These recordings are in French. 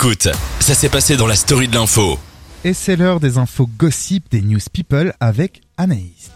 Écoute, ça s'est passé dans la story de l'info. Et c'est l'heure des infos gossip des News People avec Anaïs.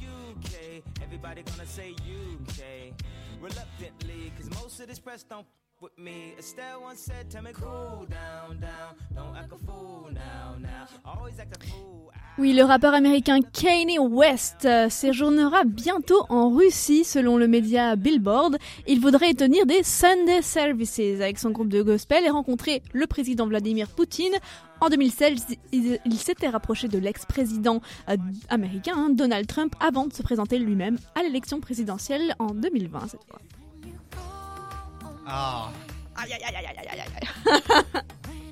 Oui, le rappeur américain Kanye West séjournera bientôt en Russie selon le média Billboard. Il voudrait y tenir des Sunday Services avec son groupe de gospel et rencontrer le président Vladimir Poutine. En 2016, il s'était rapproché de l'ex-président américain Donald Trump avant de se présenter lui-même à l'élection présidentielle en 2020 cette fois. Ah. Aïe aïe aïe aïe aïe aïe aïe.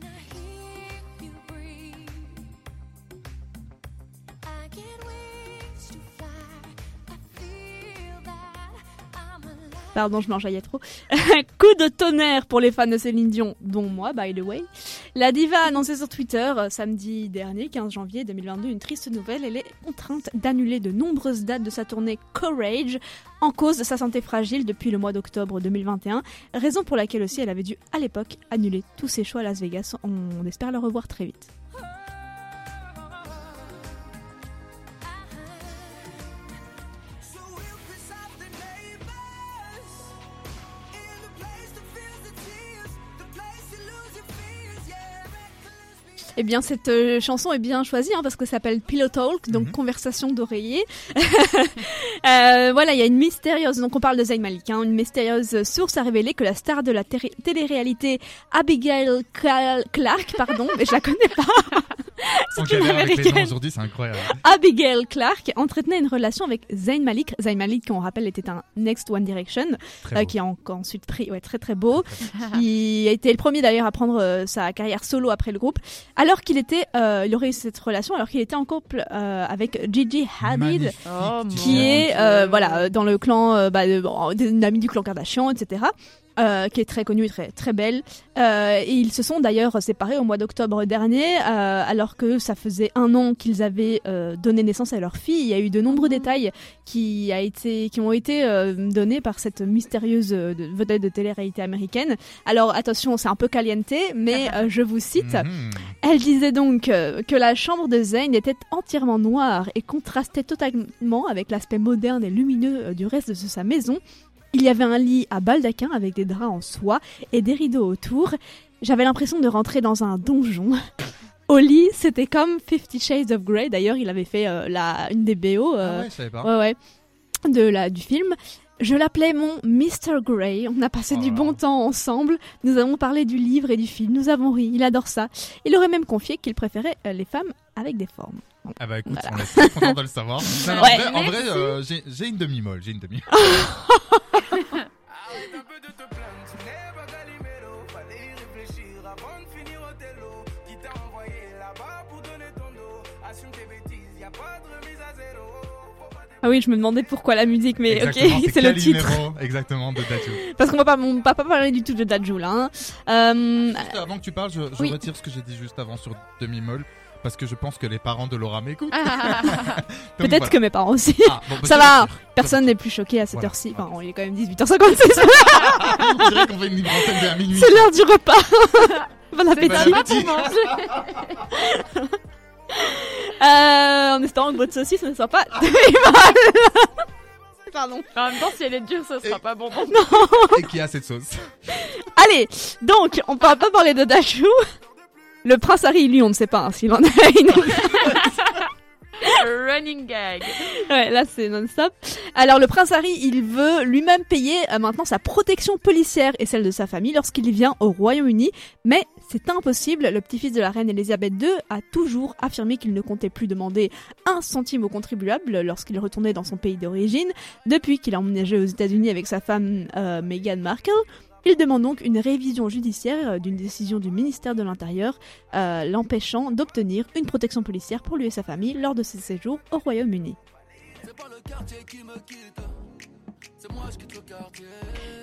Pardon, je m'enjaillais trop. Coup de tonnerre pour les fans de Céline Dion, dont moi, by the way. La diva a annoncé sur Twitter, samedi dernier, 15 janvier 2022, une triste nouvelle. Elle est contrainte d'annuler de nombreuses dates de sa tournée Courage, en cause de sa santé fragile depuis le mois d'octobre 2021. Raison pour laquelle aussi elle avait dû, à l'époque, annuler tous ses shows à Las Vegas. On espère la revoir très vite. Eh bien, cette chanson est bien choisie parce que ça s'appelle Pillow Talk, donc conversation d'oreiller. Voilà, il y a une mystérieuse, donc on parle de Zayn Malik, une mystérieuse source a révélé que la star de la télé-réalité Abigail Clark, mais je la connais pas. C'est une américaine. Aujourd'hui, c'est incroyable. Abigail Clark entretenait une relation avec Zayn Malik. Zayn Malik, qu'on rappelle, était un Next One Direction, qui a ensuite pris, très très beau. Il a été le premier d'ailleurs à prendre sa carrière solo après le groupe. Alors qu'il était, il aurait eu cette relation alors qu'il était en couple avec Gigi Hadid, qui est dans le clan, une amie du clan Kardashian, etc. Qui est très connue et très, très belle. Et ils se sont d'ailleurs séparés au mois d'octobre dernier, alors que ça faisait 1 an qu'ils avaient donné naissance à leur fille. Il y a eu de nombreux détails qui ont été donnés par cette mystérieuse vedette de télé-réalité américaine. Alors attention, c'est un peu caliente, mais je vous cite. Elle disait donc que la chambre de Zayn était entièrement noire et contrastait totalement avec l'aspect moderne et lumineux du reste de sa maison. Il y avait un lit à baldaquin avec des draps en soie et des rideaux autour. J'avais l'impression de rentrer dans un donjon. Au lit, c'était comme 50 Shades of Grey. D'ailleurs, il avait fait une des BO je savais pas. Du film. Je l'appelais mon Mr. Grey. On a passé du bon temps ensemble. Nous avons parlé du livre et du film. Nous avons ri. Il adore ça. Il aurait même confié qu'il préférait les femmes avec des formes. Bon, ah bah écoute, voilà. on est très content de le savoir. En vrai, j'ai une demi-molle. Ah oui, je me demandais pourquoi la musique, mais exactement, ok, c'est le titre. Exactement, de Dadju. Parce qu'on va pas parler du tout de Dadju là. Juste avant que tu parles, je retire ce que j'ai dit juste avant sur demi-molle. Parce que je pense que les parents de Laura m'écoutent. Peut-être que mes parents aussi. Ça va, personne n'est plus choqué à cette heure-ci. Enfin, il est quand même 18h56. On dirait qu'on fait une antenne à minuit. C'est l'heure du repas. Bon appétit. Pas pour manger. En espérant que votre saucisse ne soit pas Pardon. En même temps, si elle est dure, ça sera pas bon. Non. Et qui a cette sauce. Allez, donc, on va pas parler de Dadju. Le prince Harry, lui, on ne sait pas s'il en a une. Running gag. Ouais, là c'est non-stop. Alors le prince Harry, il veut lui-même payer maintenant sa protection policière et celle de sa famille lorsqu'il vient au Royaume-Uni, mais c'est impossible. Le petit-fils de la reine Elisabeth II a toujours affirmé qu'il ne comptait plus demander 1 centime aux contribuables lorsqu'il retournait dans son pays d'origine, depuis qu'il a emménagé aux États-Unis avec sa femme Meghan Markle. Il demande donc une révision judiciaire d'une décision du ministère de l'Intérieur l'empêchant d'obtenir une protection policière pour lui et sa famille lors de ses séjours au Royaume-Uni.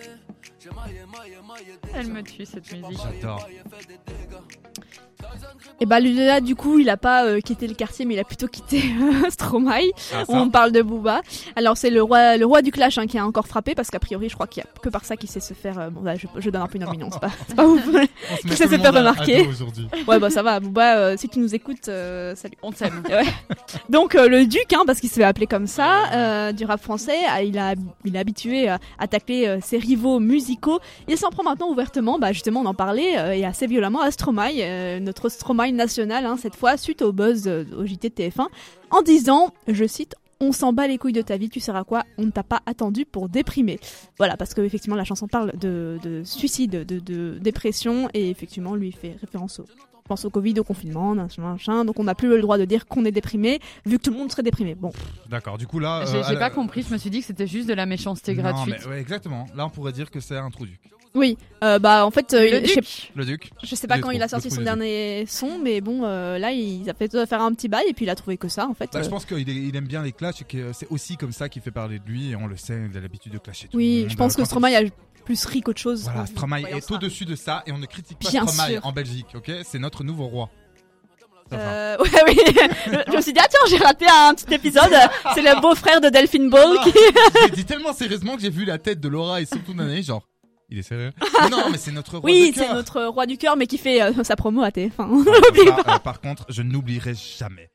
Elle me tue cette musique. J'adore. Et bah là du coup il a pas quitté le quartier mais il a plutôt quitté Stromae. On parle de Booba. Alors c'est le roi du clash qui a encore frappé parce qu'a priori je crois qu'il y a que par ça qu'il sait se faire bon là je donne un peu une opinion, c'est pas ouf. Qu'il sait se faire remarquer. Ouais bah ça va Booba si tu nous écoutes salut. On t'aime. Ouais. Donc le duc parce qu'il se fait appeler comme ça du rap français, il est habitué à tacler ses rivaux musicaux. Il s'en prend maintenant ouvertement justement on en parlait et assez violemment à Stromae, notre Stromae national cette fois suite au buzz au JT de TF1 en disant, je cite, on s'en bat les couilles de ta vie, tu seras quoi, on ne t'a pas attendu pour déprimer. Voilà, parce que effectivement la chanson parle de suicide, de dépression et effectivement lui fait référence au Covid, au confinement, machin, donc on n'a plus le droit de dire qu'on est déprimé vu que tout le monde serait déprimé. Bon. D'accord, du coup là j'ai pas compris, je me suis dit que c'était juste de la méchanceté gratuite. Mais, ouais, exactement. Là on pourrait dire que c'est un trou duc. Oui, en fait le duc. Je sais pas quand il a sorti son dernier son, mais bon là il a fait faire un petit bail et puis il a trouvé que ça en fait. Je pense qu'il aime bien les clashs et que c'est aussi comme ça qu'il fait parler de lui et on le sait, il a l'habitude de clasher tout le monde. Oui, je pense que Stromae a plus ri qu'autre chose. Voilà, Stromae est au-dessus de ça et on ne critique pas Stromae en Belgique, ok ? C'est notre nouveau roi. Oui. Je me suis dit tiens j'ai raté un petit épisode. C'est le beau-frère de Delphine Ball qui. J'ai dit tellement sérieusement que j'ai vu la tête de Laura et surtout d'Anaïs genre. Il est sérieux ? Non, mais c'est notre roi du cœur. Oui, c'est notre roi du cœur, mais qui fait sa promo à TF1. Par contre, je n'oublierai jamais